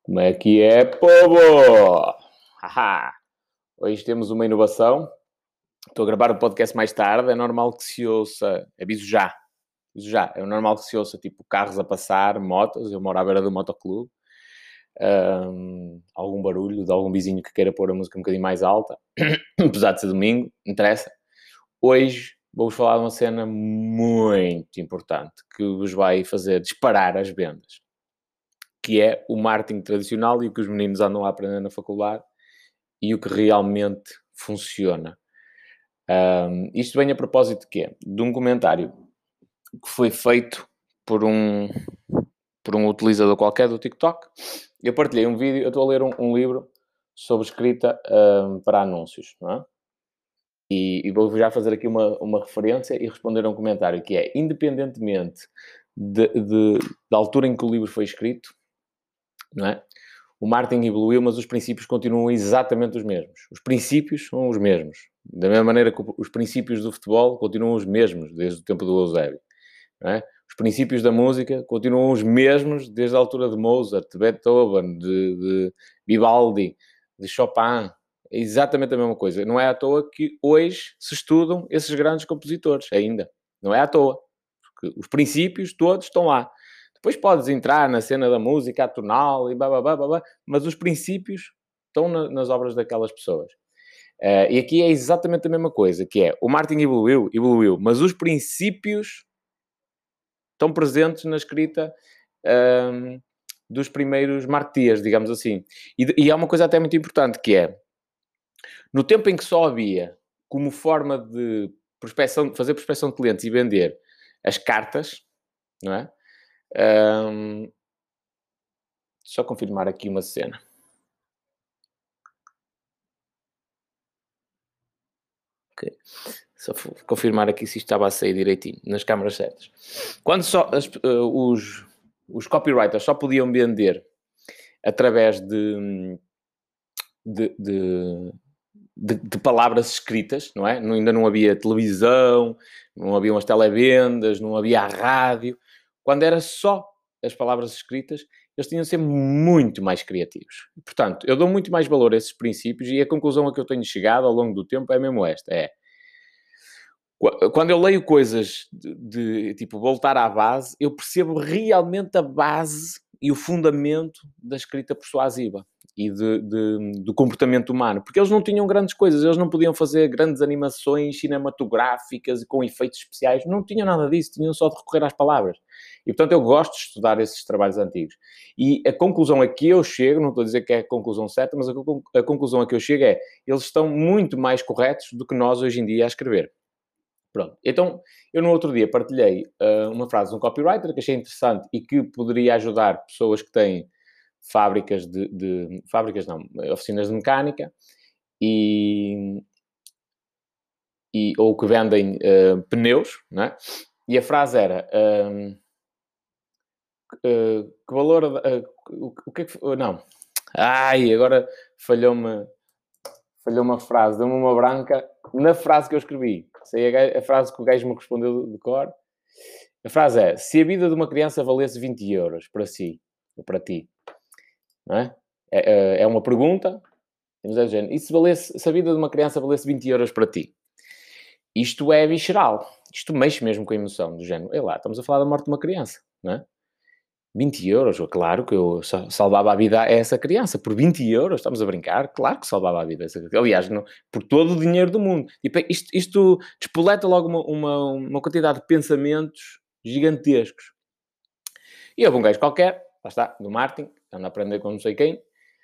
Como é que é, povo? Haha. Hoje temos uma inovação. Estou a gravar o podcast mais tarde. É normal que se ouça... Aviso já. É normal que se ouça, tipo, carros a passar, motos. Eu moro à beira do motoclube. Algum barulho de algum vizinho que queira pôr a música um bocadinho mais alta. Apesar de ser domingo, não interessa. Hoje vou-vos falar de uma cena muito importante que vos vai fazer disparar as vendas, que é o marketing tradicional e o que os meninos andam a aprender na faculdade e o que realmente funciona. Isto vem a propósito de quê? De um comentário que foi feito por um utilizador qualquer do TikTok. Eu partilhei um vídeo, eu estou a ler um livro sobre escrita para anúncios, não é? E vou já fazer aqui uma referência e responder a um comentário que é, independentemente da altura em que o livro foi escrito, não é? O marketing evoluiu, mas os princípios continuam exatamente os mesmos. Os princípios são os mesmos. Da mesma maneira que os princípios do futebol continuam os mesmos desde o tempo do Eusébio. Não é? Os princípios da música continuam os mesmos desde a altura de Mozart, de Beethoven, de Vivaldi, de Chopin. É exatamente a mesma coisa. Não é à toa que hoje se estudam esses grandes compositores ainda. Não é à toa. Porque os princípios todos estão lá. Depois podes entrar na cena da música atonal e blá, mas os princípios estão nas obras daquelas pessoas. E aqui é exatamente a mesma coisa, que é, o marketing evoluiu, mas os princípios estão presentes na escrita dos primeiros marketeers, digamos assim. E há uma coisa até muito importante, que é, no tempo em que só havia, como forma de fazer prospecção de clientes e vender as cartas, não é? Só confirmar aqui uma cena. Ok. Só confirmar aqui se isto estava a sair direitinho, nas câmaras certas. Quando só os copywriters só podiam vender através de palavras escritas, não é? Ainda não havia televisão, não haviam as televendas, não havia a rádio. Quando era só as palavras escritas, eles tinham de ser muito mais criativos. Portanto, eu dou muito mais valor a esses princípios e a conclusão a que eu tenho chegado ao longo do tempo é mesmo esta, quando eu leio coisas tipo voltar à base, eu percebo realmente a base e o fundamento da escrita persuasiva e do comportamento humano. Porque eles não tinham grandes coisas, eles não podiam fazer grandes animações cinematográficas com efeitos especiais, não tinham nada disso, tinham só de recorrer às palavras. E, portanto, eu gosto de estudar esses trabalhos antigos. E a conclusão a que eu chego, não estou a dizer que é a conclusão certa, mas a conclusão a que eu chego é, eles estão muito mais corretos do que nós hoje em dia a escrever. Pronto. Então, eu no outro dia partilhei uma frase de um copywriter que achei interessante e que poderia ajudar pessoas que têm fábricas fábricas não, oficinas de mecânica ou que vendem pneus, não é? E a frase era que valor... o que é que... Não. Ai, agora falhou-me a frase, deu-me uma branca na frase que eu escrevi. Sei a frase que o gajo me respondeu de cor. A frase é, se a vida de uma criança valesse 20 euros para si, ou para ti, não é? É uma pergunta, temos a dizer, e se a vida de uma criança valesse 20 euros para ti? Isto é visceral. Isto mexe mesmo com a emoção, do género. Ei lá, estamos a falar da morte de uma criança, não é? 20 euros, claro que eu salvava a vida a essa criança. Por 20 euros, estamos a brincar? Claro que salvava a vida a essa criança. Aliás, não, por todo o dinheiro do mundo. Tipo, isto despoleta logo uma quantidade de pensamentos gigantescos. E houve um gajo qualquer, lá está, do marketing, anda a aprender com não sei quem,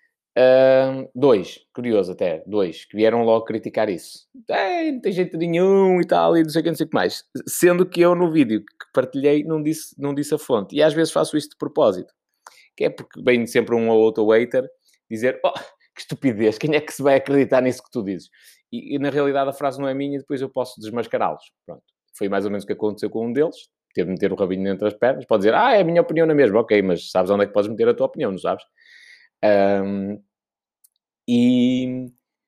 curioso até, que vieram logo criticar isso. Não tem jeito nenhum e tal, e não sei o que mais. Sendo que eu, no vídeo que partilhei, não disse a fonte. E às vezes faço isso de propósito. Que é porque vem sempre um ou outro hater dizer, que estupidez, quem é que se vai acreditar nisso que tu dizes? E na realidade a frase não é minha, depois eu posso desmascará-los. Pronto. Foi mais ou menos o que aconteceu com um deles. Teve de meter o rabinho entre as pernas. Pode dizer, é a minha opinião na mesma. Ok, mas sabes onde é que podes meter a tua opinião, não sabes? E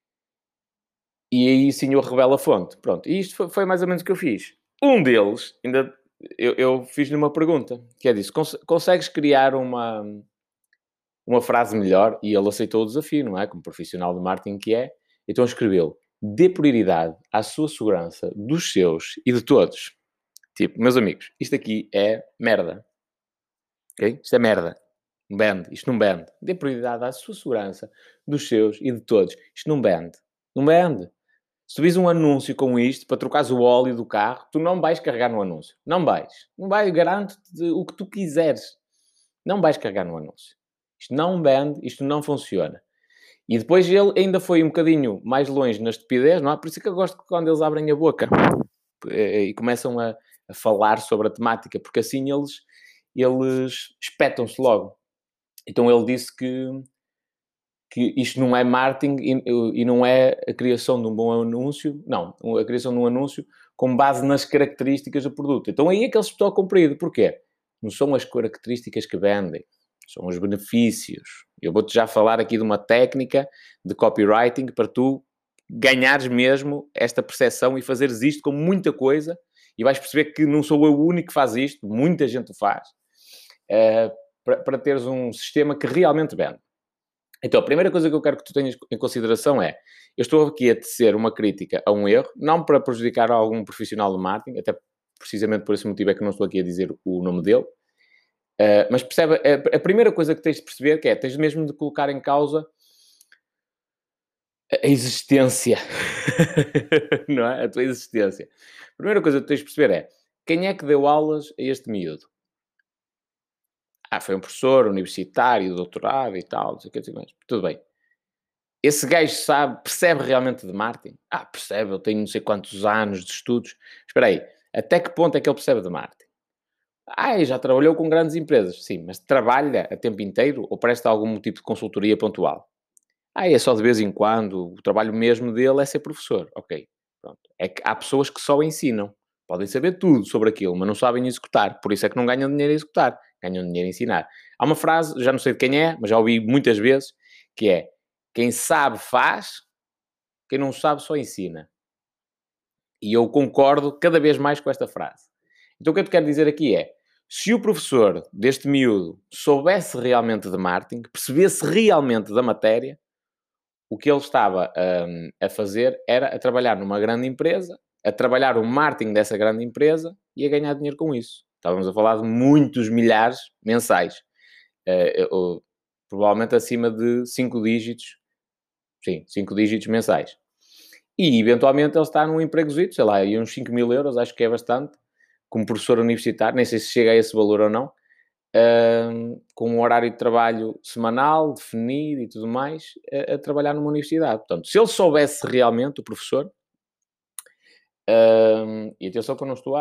aí sim eu revelo a fonte. Pronto, e isto foi mais ou menos o que eu fiz. Um deles, ainda eu fiz-lhe uma pergunta, que é disso, consegues criar uma frase melhor e ele aceitou o desafio, não é? Como profissional de marketing que é. Então escreveu: dê prioridade à sua segurança, dos seus e de todos. Tipo, meus amigos, isto aqui é merda. Ok? Isto é merda. Não bende. Isto não bende. Dê prioridade à sua segurança, dos seus e de todos. Isto não bende. Não bende. Se tu vis um anúncio com isto, para trocares o óleo do carro, tu não vais carregar no anúncio. Não vais. Não vais, garanto-te o que tu quiseres. Não vais carregar no anúncio. Isto não bende, isto não funciona. E depois ele ainda foi um bocadinho mais longe na estupidez, não é? Por isso é que eu gosto quando eles abrem a boca e começam a falar sobre a temática, porque assim eles espetam-se logo. Então ele disse que isto não é marketing e não é a criação de um bom anúncio, não, a criação de um anúncio com base nas características do produto. Então aí é que ele se espetou a comprido. Porquê? Não são as características que vendem, são os benefícios. Eu vou-te já falar aqui de uma técnica de copywriting para tu ganhares mesmo esta percepção e fazeres isto com muita coisa e vais perceber que não sou eu o único que faz isto, muita gente o faz, para teres um sistema que realmente vende. Então, a primeira coisa que eu quero que tu tenhas em consideração é, eu estou aqui a tecer uma crítica a um erro, não para prejudicar algum profissional de marketing, até precisamente por esse motivo é que não estou aqui a dizer o nome dele, mas percebe, a primeira coisa que tens de perceber que é, tens mesmo de colocar em causa a existência, não é? A tua existência. A primeira coisa que tens de perceber é, quem é que deu aulas a este miúdo? Foi um professor universitário, doutorado e tal, não sei o que, não sei o que mais. Tudo bem. Esse gajo sabe, percebe realmente de marketing? Percebe, ele tem não sei quantos anos de estudos. Espera aí, até que ponto é que ele percebe de marketing? E já trabalhou com grandes empresas. Sim, mas trabalha a tempo inteiro ou presta algum tipo de consultoria pontual? É só de vez em quando, o trabalho mesmo dele é ser professor. Ok, pronto. É que há pessoas que só ensinam. Podem saber tudo sobre aquilo, mas não sabem executar. Por isso é que não ganham dinheiro a executar. Ganham dinheiro a ensinar. Há uma frase, já não sei de quem é, mas já ouvi muitas vezes, que é: quem sabe faz, quem não sabe só ensina. E eu concordo cada vez mais com esta frase. Então o que eu te quero dizer aqui é, se o professor deste miúdo soubesse realmente de marketing, percebesse realmente da matéria, o que ele estava a fazer era a trabalhar numa grande empresa, a trabalhar o marketing dessa grande empresa e a ganhar dinheiro com isso. Estávamos a falar de muitos milhares mensais. Provavelmente acima de 5 dígitos. Sim, 5 dígitos mensais. E, eventualmente, ele está num empregozito, sei lá, e uns 5.000 euros, acho que é bastante, como professor universitário, nem sei se chega a esse valor ou não, com um horário de trabalho semanal, definido e tudo mais, a trabalhar numa universidade. Portanto, se ele soubesse realmente, o professor, e atenção que eu não estou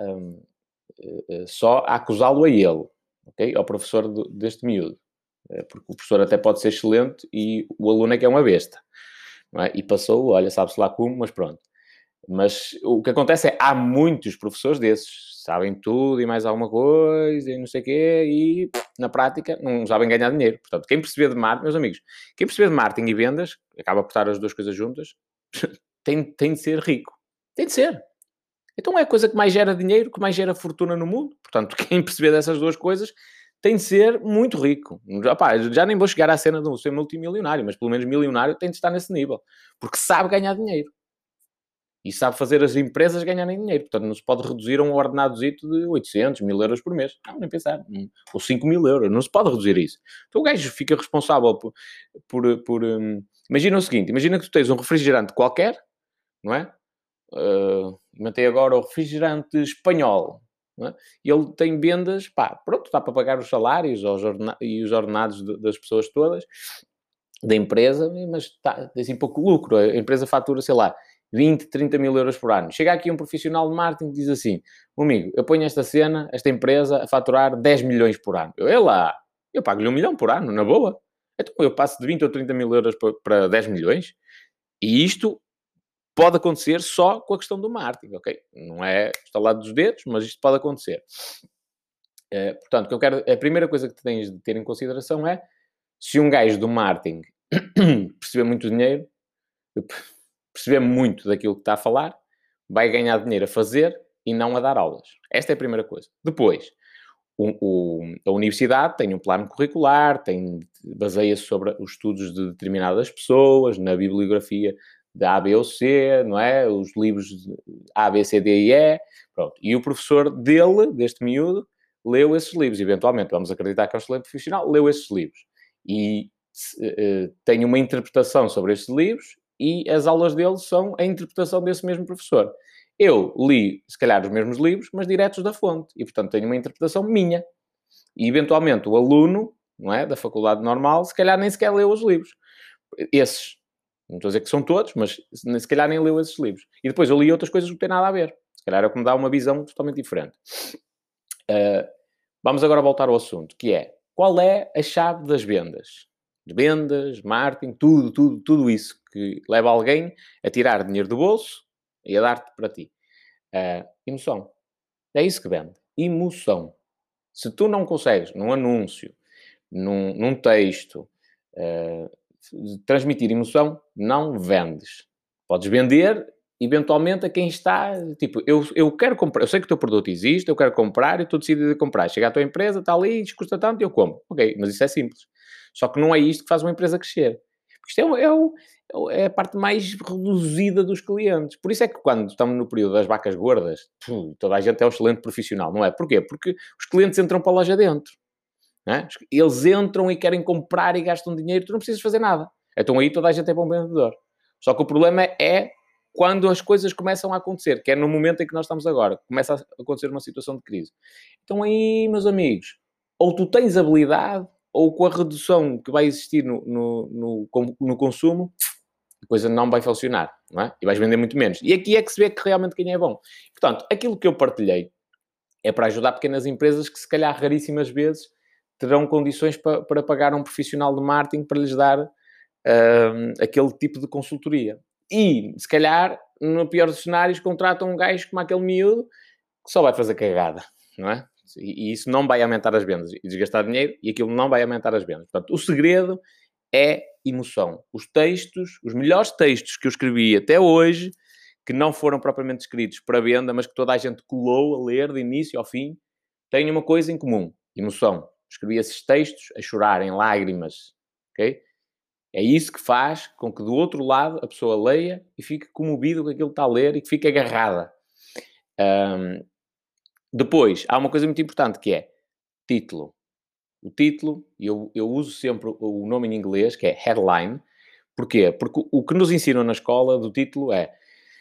só a acusá-lo a ele, ok? Ao professor deste miúdo. Porque o professor até pode ser excelente e o aluno é que é uma besta. Não é? E passou, olha, sabe-se lá como, mas pronto. Mas o que acontece é, há muitos professores desses, sabem tudo e mais alguma coisa e não sei o quê, e na prática não sabem ganhar dinheiro. Portanto, quem perceber de marketing, meus amigos, quem perceber de marketing e vendas, acaba por estar as duas coisas juntas, tem de ser rico. Tem de ser. Então é a coisa que mais gera dinheiro, que mais gera fortuna no mundo. Portanto, quem perceber dessas duas coisas tem de ser muito rico. Já nem vou chegar à cena de ser multimilionário, mas pelo menos milionário tem de estar nesse nível. Porque sabe ganhar dinheiro. E sabe fazer as empresas ganharem dinheiro. Portanto, não se pode reduzir a um ordenadozito de 800, 1.000 euros por mês. Não, nem pensar. Ou 5.000 euros. Não se pode reduzir isso. Então o gajo fica responsável imagina o seguinte. Imagina que tu tens um refrigerante qualquer, não é? Inventei agora o refrigerante espanhol. Não é? E ele tem vendas, pronto, dá para pagar os salários e os ordenados das pessoas todas da empresa, mas tem assim pouco lucro. A empresa fatura, sei lá, 20, 30 mil euros por ano. Chega aqui um profissional de marketing e diz assim: amigo, eu ponho esta cena, esta empresa, a faturar 10 milhões por ano. Eu pago-lhe 1 milhão por ano, na boa. Então eu passo de 20 ou 30 mil euros para 10 milhões. E isto pode acontecer só com a questão do marketing, ok? Não é estalado dos dedos, mas isto pode acontecer. Portanto, o que eu quero, a primeira coisa que tu tens de ter em consideração é, se um gajo do marketing perceber muito dinheiro, perceber muito daquilo que está a falar, vai ganhar dinheiro a fazer e não a dar aulas. Esta é a primeira coisa. Depois, a universidade tem um plano curricular, baseia-se sobre os estudos de determinadas pessoas, na bibliografia da A, B ou C, não é? Os livros de A, B, C, D e E. Pronto. E o professor deste miúdo, leu esses livros. Eventualmente, vamos acreditar que é um excelente profissional, leu esses livros. E tem uma interpretação sobre esses livros e as aulas dele são a interpretação desse mesmo professor. Eu li, se calhar, os mesmos livros, mas diretos da fonte. E, portanto, tenho uma interpretação minha. E, eventualmente, o aluno, não é, da faculdade normal, se calhar nem sequer leu os livros. Esses. Não estou a dizer que são todos, mas se calhar nem leu esses livros. E depois eu li outras coisas que não têm nada a ver. Se calhar é o que me dá uma visão totalmente diferente. Vamos agora voltar ao assunto, que é, qual é a chave das vendas? De vendas, marketing, tudo isso que leva alguém a tirar dinheiro do bolso e a dar-te para ti. Emoção. É isso que vende. Emoção. Se tu não consegues, num anúncio, num texto, transmitir emoção, não vendes. Podes vender, eventualmente, a quem está... Tipo, eu quero comprar... Eu sei que o teu produto existe, eu quero comprar e estou decidido a comprar. Chega à tua empresa, está ali, isto custa tanto e eu compro. Ok, mas isso é simples. Só que não é isto que faz uma empresa crescer. Isto é a parte mais reduzida dos clientes. Por isso é que quando estamos no período das vacas gordas, toda a gente é um excelente profissional, não é? Porquê? Porque os clientes entram para a loja dentro. Não é? Eles entram e querem comprar e gastam dinheiro, tu não precisas fazer nada. Então aí toda a gente é bom vendedor. Só que o problema é quando as coisas começam a acontecer, que é no momento em que nós estamos agora. Começa a acontecer uma situação de crise. Então aí, meus amigos, ou tu tens habilidade, ou com a redução que vai existir no consumo, a coisa não vai funcionar, não é? E vais vender muito menos. E aqui é que se vê que realmente quem é bom. Portanto, aquilo que eu partilhei é para ajudar pequenas empresas que, se calhar, raríssimas vezes, terão condições para pagar um profissional de marketing para lhes dar aquele tipo de consultoria. E, se calhar, no pior dos cenários, contratam um gajo como aquele miúdo que só vai fazer cagada, não é? E isso não vai aumentar as vendas. E desgastar dinheiro, e aquilo não vai aumentar as vendas. Portanto, o segredo é emoção. Os textos, os melhores textos que eu escrevi até hoje, que não foram propriamente escritos para venda, mas que toda a gente colou a ler de início ao fim, têm uma coisa em comum: emoção. Escrevi esses textos a chorar em lágrimas, ok? É isso que faz com que do outro lado a pessoa leia e fique comovido com aquilo que está a ler e que fique agarrada. Depois, há uma coisa muito importante que é título. O título, eu uso sempre o nome em inglês, que é headline. Porquê? Porque o que nos ensinam na escola do título é...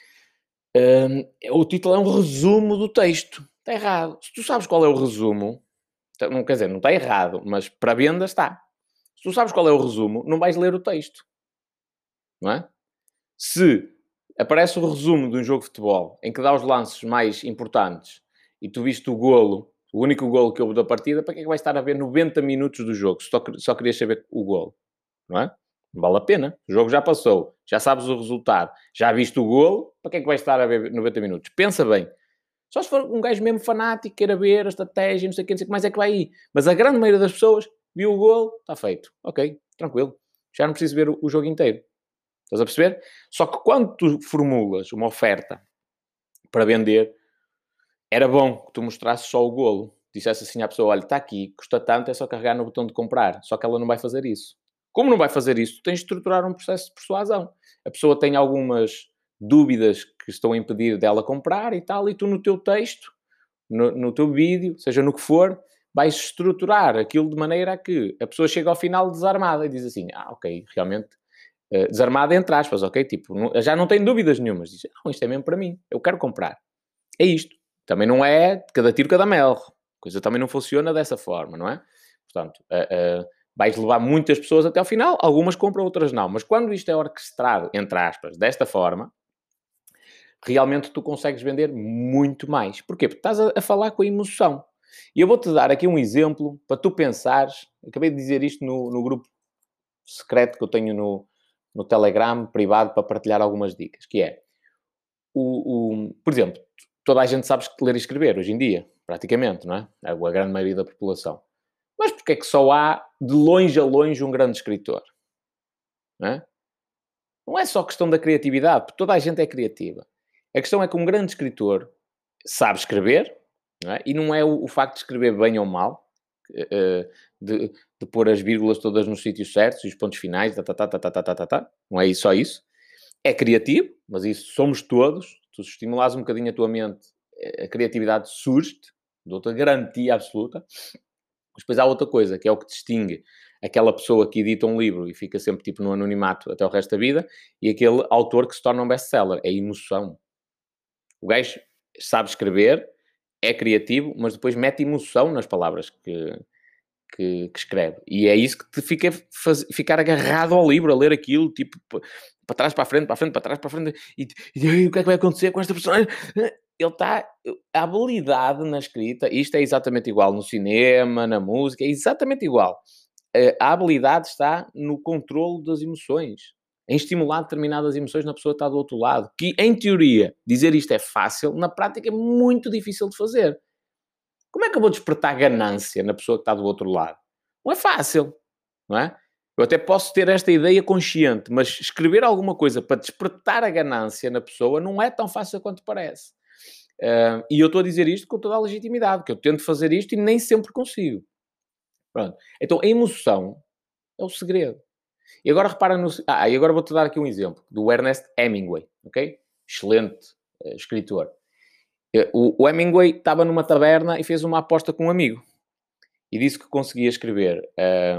o título é um resumo do texto. Está errado. Se tu sabes qual é o resumo, não quer dizer, não está errado, mas para venda está. Se tu sabes qual é o resumo, não vais ler o texto. Não é? Se aparece o resumo de um jogo de futebol em que dá os lances mais importantes e tu viste o golo, o único golo que houve da partida, para que é que vais estar a ver 90 minutos do jogo? Só querias saber o golo, não é? Não vale a pena. O jogo já passou, já sabes o resultado, já viste o golo, para que é que vais estar a ver 90 minutos? Pensa bem. Só se for um gajo mesmo fanático, queira ver a estratégia, não sei o que mais é que vai aí. Mas a grande maioria das pessoas viu o golo, está feito. Ok, tranquilo. Já não preciso ver o jogo inteiro. Estás a perceber? Só que quando tu formulas uma oferta para vender, era bom que tu mostrasses só o golo. Dissesse assim à pessoa, olha, está aqui, custa tanto, é só carregar no botão de comprar. Só que ela não vai fazer isso. Como não vai fazer isso, tu tens de estruturar um processo de persuasão. A pessoa tem algumas dúvidas que estão a impedir dela comprar e tal, e tu no teu texto, no teu vídeo, seja no que for, vais estruturar aquilo de maneira a que a pessoa chega ao final desarmada e diz assim, ok, realmente desarmada entre aspas, ok? Tipo, já não tem dúvidas nenhumas. Diz, não, isto é mesmo para mim, eu quero comprar. É isto. Também não é cada tiro, cada mel. A coisa também não funciona dessa forma, não é? Portanto, vais levar muitas pessoas até ao final, algumas compram, outras não. Mas quando isto é orquestrado, entre aspas, desta forma, realmente tu consegues vender muito mais. Porquê? Porque estás a falar com a emoção. E eu vou-te dar aqui um exemplo para tu pensares. Acabei de dizer isto no grupo secreto que eu tenho no Telegram privado para partilhar algumas dicas, que é, por exemplo, toda a gente sabe ler e escrever hoje em dia, praticamente, não é? A grande maioria da população. Mas porquê é que só há, de longe a longe, um grande escritor? Não é? Não é só questão da criatividade, porque toda a gente é criativa. A questão é que um grande escritor sabe escrever, não é? E não é o facto de escrever bem ou mal, de pôr as vírgulas todas nos sítios certos e os pontos finais, não é isso, só isso. É criativo, mas isso somos todos. Tu estimulares um bocadinho a tua mente, a criatividade surge-te, dou-te a garantia absoluta. Mas depois há outra coisa, que é o que distingue aquela pessoa que edita um livro e fica sempre tipo no anonimato até o resto da vida, e aquele autor que se torna um best-seller. É a emoção. O gajo sabe escrever, é criativo, mas depois mete emoção nas palavras que escreve. E é isso que te ficar agarrado ao livro, a ler aquilo, tipo, para trás, para a frente, para a frente, para trás, para a frente, e o que é que vai acontecer com esta personagem? Ele está... A habilidade na escrita, isto é exatamente igual no cinema, na música, é exatamente igual. A habilidade está no controle das emoções, em estimular determinadas emoções na pessoa que está do outro lado. Que, em teoria, dizer isto é fácil, na prática é muito difícil de fazer. Como é que eu vou despertar ganância na pessoa que está do outro lado? Não é fácil, não é? Eu até posso ter esta ideia consciente, mas escrever alguma coisa para despertar a ganância na pessoa não é tão fácil quanto parece. E eu estou a dizer isto com toda a legitimidade, que eu tento fazer isto e nem sempre consigo. Pronto. Então, a emoção é o segredo. E agora repara no... e agora vou-te dar aqui um exemplo, do Ernest Hemingway, ok? Excelente escritor. O Hemingway estava numa taberna e fez uma aposta com um amigo. E disse que conseguia escrever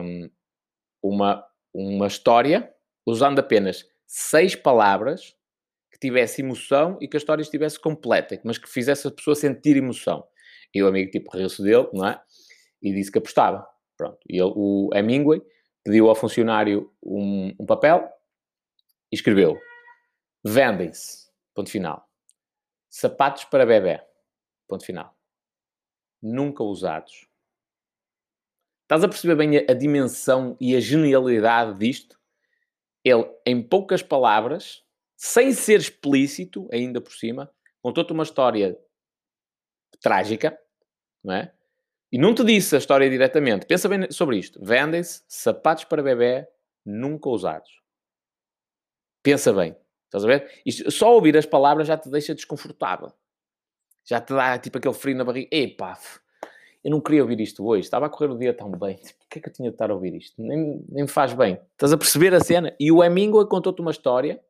uma história usando apenas 6 palavras que tivesse emoção e que a história estivesse completa, mas que fizesse a pessoa sentir emoção. E o amigo, tipo, riu-se dele, não é? E disse que apostava. Pronto. E ele, o Hemingway pediu ao funcionário um papel e escreveu: vendem-se, ponto final. Sapatos para bebê, ponto final. Nunca usados. Estás a perceber bem a dimensão e a genialidade disto? Ele, em poucas palavras, sem ser explícito, ainda por cima, contou-te uma história trágica, não é? E não te disse a história diretamente. Pensa bem sobre isto. Vendem-se sapatos para bebê nunca usados. Pensa bem. Estás a ver? Isto, só ouvir as palavras já te deixa desconfortável. Já te dá tipo aquele frio na barriga. Epá, eu não queria ouvir isto hoje. Estava a correr o dia tão bem. Porquê é que eu tinha de estar a ouvir isto? Nem me faz bem. Estás a perceber a cena? E o Hemingway contou-te uma história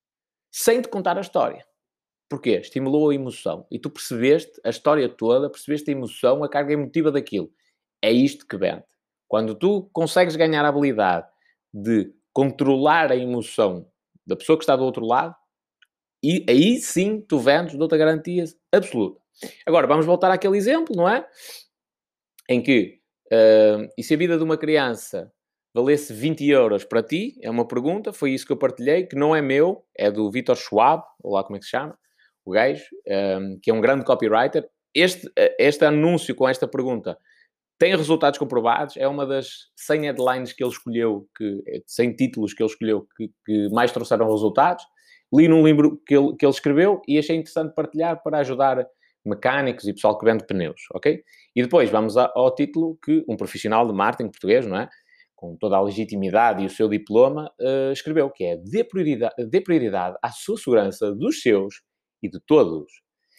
sem te contar a história. Porquê? Estimulou a emoção. E tu percebeste a história toda, percebeste a emoção, a carga emotiva daquilo. É isto que vende. Quando tu consegues ganhar a habilidade de controlar a emoção da pessoa que está do outro lado, e aí sim tu vendes, dou-te a garantia absoluta. Agora, vamos voltar àquele exemplo, não é? Em que, e se a vida de uma criança valesse 20 euros para ti? É uma pergunta, foi isso que eu partilhei, que não é meu, é do Vitor Schwab, ou lá como é que se chama, o gajo, que é um grande copywriter. Este anúncio com esta pergunta tem resultados comprovados, é uma das 100 headlines que ele escolheu, 100 títulos que ele escolheu que mais trouxeram resultados. Li num livro que ele escreveu e achei interessante partilhar para ajudar mecânicos e pessoal que vende pneus, ok? E depois vamos ao título que um profissional de marketing português, não é? Com toda a legitimidade e o seu diploma, escreveu, que é dê prioridade à sua segurança dos seus e de todos.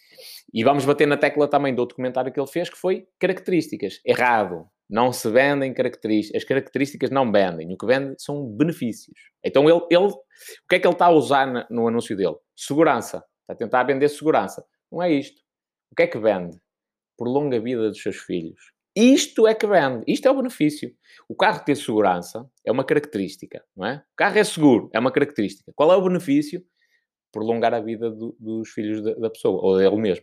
E vamos bater na tecla também do documentário que ele fez, que foi características. Errado. Não se vendem características. As características não vendem. O que vende são benefícios. Então, o que é que ele está a usar no anúncio dele? Segurança. Está a tentar vender segurança. Não é isto. O que é que vende? Prolonga a vida dos seus filhos. Isto é que vende. Isto é o benefício. O carro ter segurança é uma característica, não é? O carro é seguro, é uma característica. Qual é o benefício? Prolongar a vida dos filhos da pessoa, ou dele mesmo.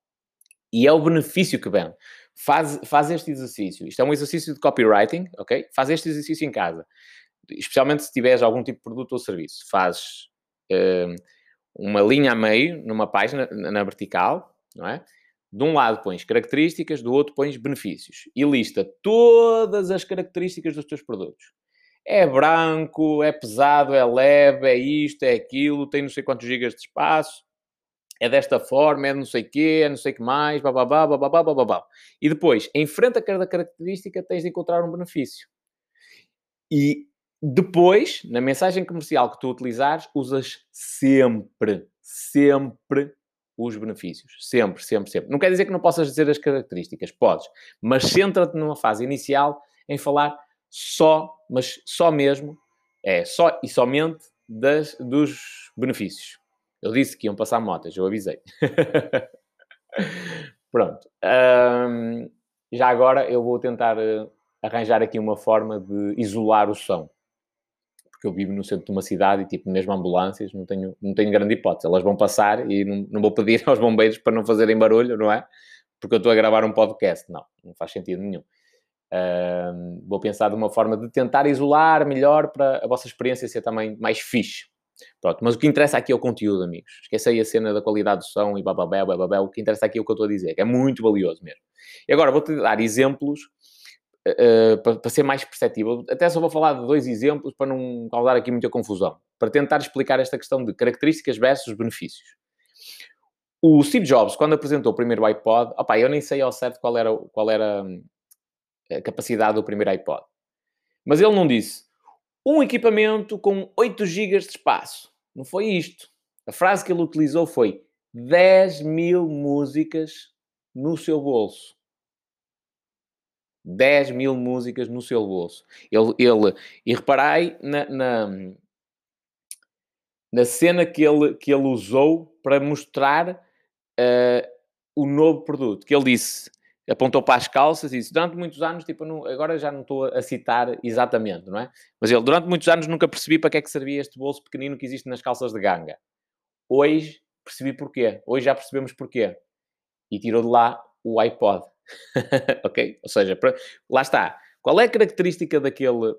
E é o benefício que vem. Faz este exercício. Isto é um exercício de copywriting, ok? Faz este exercício em casa. Especialmente se tiveres algum tipo de produto ou serviço. Fazes uma linha a meio, numa página, na vertical, não é? De um lado pões características, do outro pões benefícios. E lista todas as características dos teus produtos. É branco, é pesado, é leve, é isto, é aquilo, tem não sei quantos gigas de espaço, é desta forma, é não sei o quê, é não sei o que mais, bababá, bababá, bababá. E depois, em frente a cada característica, tens de encontrar um benefício. E depois, na mensagem comercial que tu utilizares, usas sempre os benefícios. Sempre, sempre, sempre. Não quer dizer que não possas dizer as características. Podes. Mas centra-te numa fase inicial em falar só, mas só mesmo, só e somente dos benefícios. Eu disse que iam passar motas, eu avisei. Pronto. Já agora eu vou tentar arranjar aqui uma forma de isolar o som. Porque eu vivo no centro de uma cidade e, tipo, mesmo ambulâncias, não tenho grande hipótese. Elas vão passar e não vou pedir aos bombeiros para não fazerem barulho, não é? Porque eu estou a gravar um podcast. Não faz sentido nenhum. Vou pensar de uma forma de tentar isolar melhor para a vossa experiência ser também mais fixe. Pronto, mas o que interessa aqui é o conteúdo, amigos. Esquece aí a cena da qualidade do som e bababé, bababé. O que interessa aqui é o que eu estou a dizer, que é muito valioso mesmo. E agora vou-te dar exemplos para ser mais perceptível. Até só vou falar de 2 exemplos para não causar aqui muita confusão. Para tentar explicar esta questão de características versus benefícios. O Steve Jobs, quando apresentou o primeiro iPod, eu nem sei ao certo qual era a capacidade do primeiro iPod. Mas ele não disse um equipamento com 8 GB de espaço. Não foi isto. A frase que ele utilizou foi 10.000 músicas no seu bolso. 10.000 músicas no seu bolso. E reparai na cena que ele usou para mostrar o novo produto. Que ele disse, apontou para as calças e disse, durante muitos anos, agora já não estou a citar exatamente, não é? Mas ele, durante muitos anos, nunca percebi para que é que servia este bolso pequenino que existe nas calças de ganga. Hoje percebi porquê. Hoje já percebemos porquê. E tirou de lá o iPod. Ok? Ou seja, lá está. Qual é a característica daquele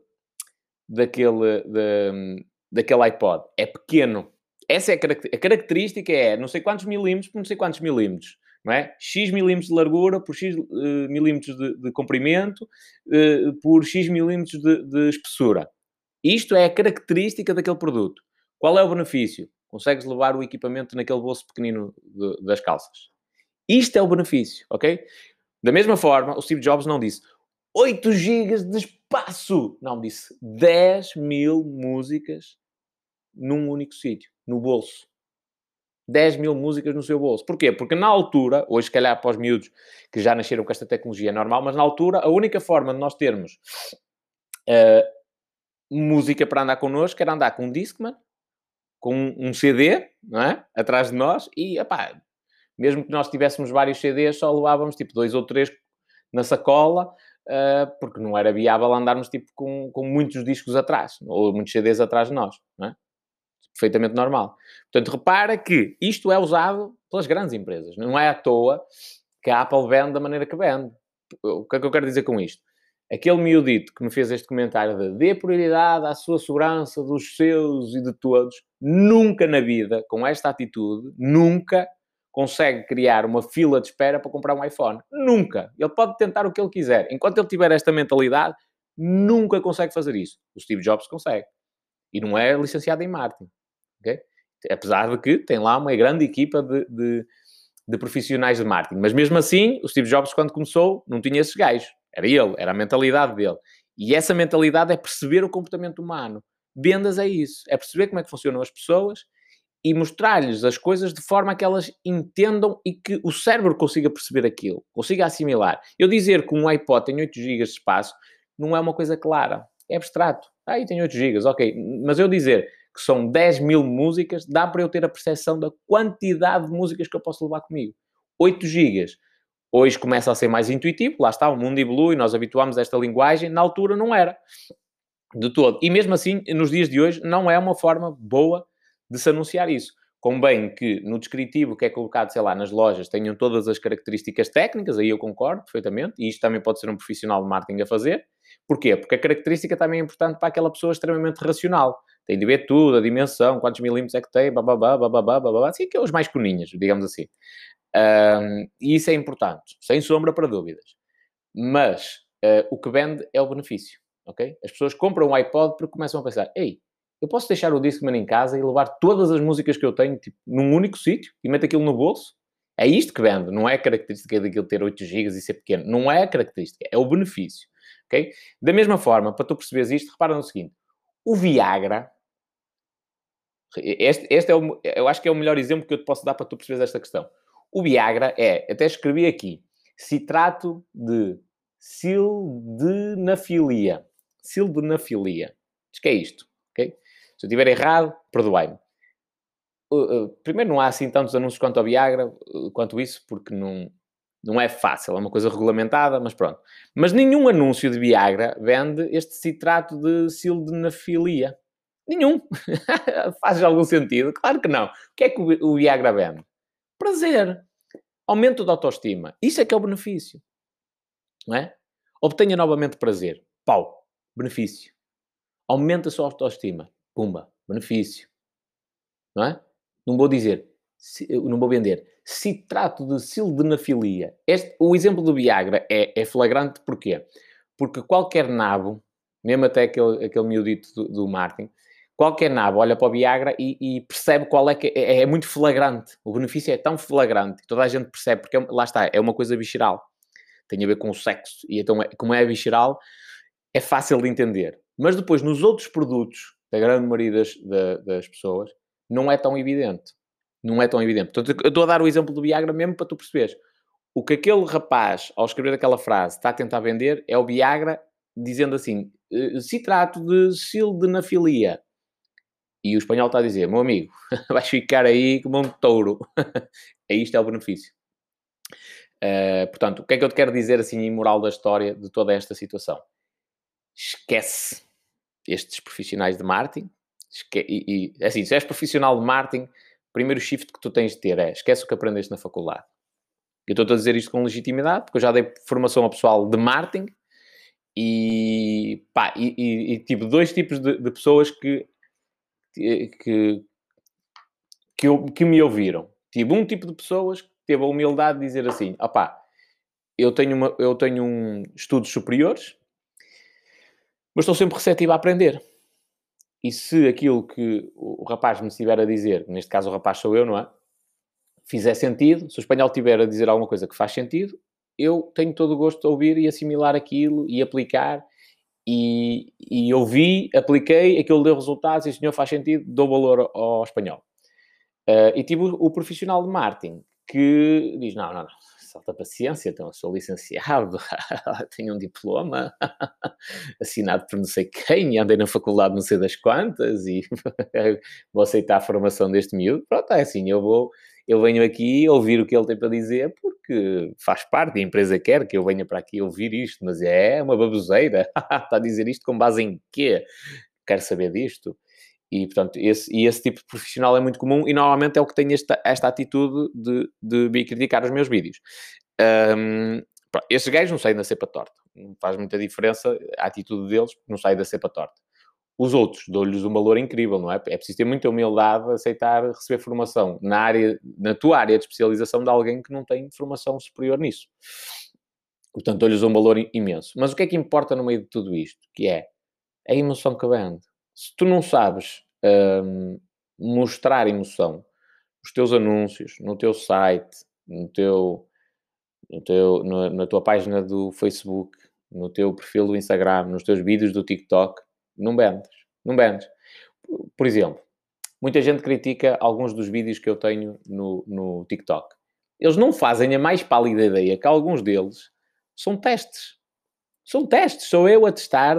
iPod? É pequeno. Essa é a característica não sei quantos milímetros por não sei quantos milímetros. Não é? X milímetros de largura por X milímetros de comprimento por X milímetros de espessura. Isto é a característica daquele produto. Qual é o benefício? Consegues levar o equipamento naquele bolso pequenino das calças. Isto é o benefício, ok? Da mesma forma, o Steve Jobs não disse 8 GB de espaço. Não, disse 10.000 músicas num único sítio, no bolso. 10.000 músicas no seu bolso. Porquê? Porque na altura, hoje se calhar para os miúdos que já nasceram com esta tecnologia é normal, mas na altura a única forma de nós termos música para andar connosco era andar com um Discman, com um CD, não é? Atrás de nós e, mesmo que nós tivéssemos vários CDs, só levávamos tipo 2 ou 3 na sacola, porque não era viável andarmos tipo com muitos discos atrás, ou muitos CDs atrás de nós, não é? Perfeitamente normal. Portanto, repara que isto é usado pelas grandes empresas. Não é à toa que a Apple vende da maneira que vende. O que é que eu quero dizer com isto? Aquele miudito que me fez este comentário de dê prioridade à sua segurança dos seus e de todos, nunca na vida, com esta atitude, nunca consegue criar uma fila de espera para comprar um iPhone. Nunca. Ele pode tentar o que ele quiser. Enquanto ele tiver esta mentalidade, nunca consegue fazer isso. O Steve Jobs consegue. E não é licenciado em marketing. Okay? Apesar de que tem lá uma grande equipa de profissionais de marketing. Mas mesmo assim, o Steve Jobs, quando começou, não tinha esses gajos. Era ele, era a mentalidade dele. E essa mentalidade é perceber o comportamento humano. Vendas é isso. É perceber como é que funcionam as pessoas e mostrar-lhes as coisas de forma a que elas entendam e que o cérebro consiga perceber aquilo, consiga assimilar. Eu dizer que um iPod tem 8 GB de espaço não é uma coisa clara. É abstrato. Aí tem 8 GB, ok. Mas eu dizer que são 10.000 músicas, dá para eu ter a percepção da quantidade de músicas que eu posso levar comigo. 8 GB. Hoje começa a ser mais intuitivo, lá está, o mundo evolui, nós habituámos a esta linguagem, na altura não era. De todo. E mesmo assim, nos dias de hoje, não é uma forma boa de se anunciar isso. Convém que no descritivo que é colocado, sei lá, nas lojas, tenham todas as características técnicas, aí eu concordo perfeitamente, e isto também pode ser um profissional de marketing a fazer. Porquê? Porque a característica também é importante para aquela pessoa extremamente racional. Tem de ver tudo, a dimensão, quantos milímetros é que tem, bababá, bababá, bababá, assim que é os mais coninhas, digamos assim. E isso é importante, sem sombra para dúvidas. Mas o que vende é o benefício, ok? As pessoas compram um iPod porque começam a pensar, ei, eu posso deixar o Discman em casa e levar todas as músicas que eu tenho tipo, num único sítio e meter aquilo no bolso? É isto que vende, não é a característica daquilo ter 8 GB e ser pequeno. Não é a característica, é o benefício, ok? Da mesma forma, para tu perceberes isto, repara no seguinte. O Viagra Este é eu acho que é o melhor exemplo que eu te posso dar para tu perceberes esta questão. O Viagra até escrevi aqui, citrato de sildenafilia. Sildenafilia. Diz que é isto, ok? Se eu estiver errado, perdoai-me. Primeiro, não há assim tantos anúncios quanto ao Viagra, quanto isso, porque não é fácil, é uma coisa regulamentada, mas pronto. Mas nenhum anúncio de Viagra vende este citrato de sildenafilia. Nenhum. Faz algum sentido? Claro que não. O que é que o Viagra vende? Prazer. Aumento da autoestima. Isso é que é o benefício. Não é? Obtenha novamente prazer. Pau. Benefício. Aumenta a sua autoestima. Pumba. Benefício. Não é? Não vou dizer, não vou vender citrato de sildenafilia. O exemplo do Viagra é flagrante porquê? Porque qualquer nabo, mesmo até aquele miudito do marketing, qualquer nabo olha para o Viagra e percebe qual é que é muito flagrante. O benefício é tão flagrante que toda a gente percebe, porque lá está, é uma coisa visceral. Tem a ver com o sexo. E então, como é visceral, é fácil de entender. Mas depois, nos outros produtos, da grande maioria das pessoas, não é tão evidente. Não é tão evidente. Portanto, eu estou a dar o exemplo do Viagra mesmo para tu perceberes. O que aquele rapaz, ao escrever aquela frase, está a tentar vender é o Viagra dizendo assim, citrato de sildenafilia. E o espanhol está a dizer, meu amigo, vais ficar aí como um touro. É isto é o benefício. Portanto, o que é que eu te quero dizer assim em moral da história de toda esta situação? Esquece estes profissionais de marketing. Assim, se és profissional de marketing, o primeiro shift que tu tens de ter é esquece o que aprendeste na faculdade. Eu estou a dizer isto com legitimidade, porque eu já dei formação ao pessoal de marketing e tive dois tipos de pessoas que me ouviram. Tive um tipo de pessoas que teve a humildade de dizer assim, opá, eu tenho estudos superiores, mas estou sempre receptivo a aprender. E se aquilo que o rapaz me estiver a dizer, neste caso o rapaz sou eu, não é? Fizer sentido, se o espanhol estiver a dizer alguma coisa que faz sentido, eu tenho todo o gosto de ouvir e assimilar aquilo e aplicar. E ouvi, apliquei, aquilo deu resultados e o senhor faz sentido, dou valor ao espanhol. E tive o profissional de marketing que diz, não, salta paciência, então eu sou licenciado, tenho um diploma, assinado por não sei quem, e andei na faculdade não sei das quantas, e vou aceitar a formação deste miúdo. Pronto, é assim, eu venho aqui ouvir o que ele tem para dizer, porque faz parte, a empresa quer que eu venha para aqui ouvir isto, mas é uma baboseira. Está a dizer isto com base em quê? Quero saber disto. E, portanto, esse tipo de profissional é muito comum e normalmente é o que tem esta atitude de vir criticar os meus vídeos. Esses gajos não saem da cepa torta. Não faz muita diferença a atitude deles, porque não saem da cepa torta. Os outros, dou-lhes um valor incrível, não é? É preciso ter muita humildade a aceitar receber formação na tua área de especialização de alguém que não tem formação superior nisso. Portanto, dou-lhes um valor imenso. Mas o que é que importa no meio de tudo isto? Que é a emoção que vende. Se tu não sabes mostrar emoção nos teus anúncios, no teu site, na tua página do Facebook, no teu perfil do Instagram, nos teus vídeos do TikTok, não vendes. Não vendes. Por exemplo, muita gente critica alguns dos vídeos que eu tenho no TikTok. Eles não fazem a mais pálida ideia que alguns deles são testes. São testes. Sou eu a testar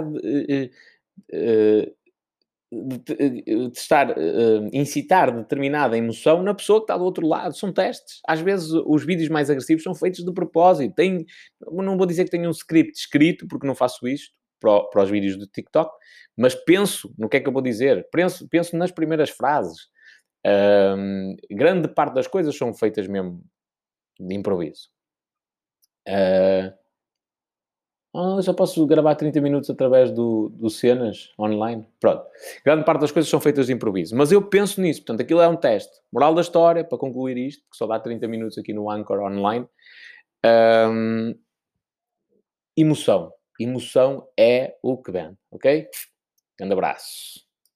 incitar determinada emoção na pessoa que está do outro lado. São testes. Às vezes os vídeos mais agressivos são feitos de propósito. Não vou dizer que tenho um script escrito, porque não faço isto para os vídeos do TikTok, mas penso no que é que eu vou dizer. Penso nas primeiras frases. Grande parte das coisas são feitas mesmo de improviso. Eu só posso gravar 30 minutos através do Cenas online. Pronto. Grande parte das coisas são feitas de improviso. Mas eu penso nisso. Portanto, aquilo é um teste. Moral da história, para concluir isto, que só dá 30 minutos aqui no Anchor online. Emoção. Emoção é o que vende. Ok? Grande abraço.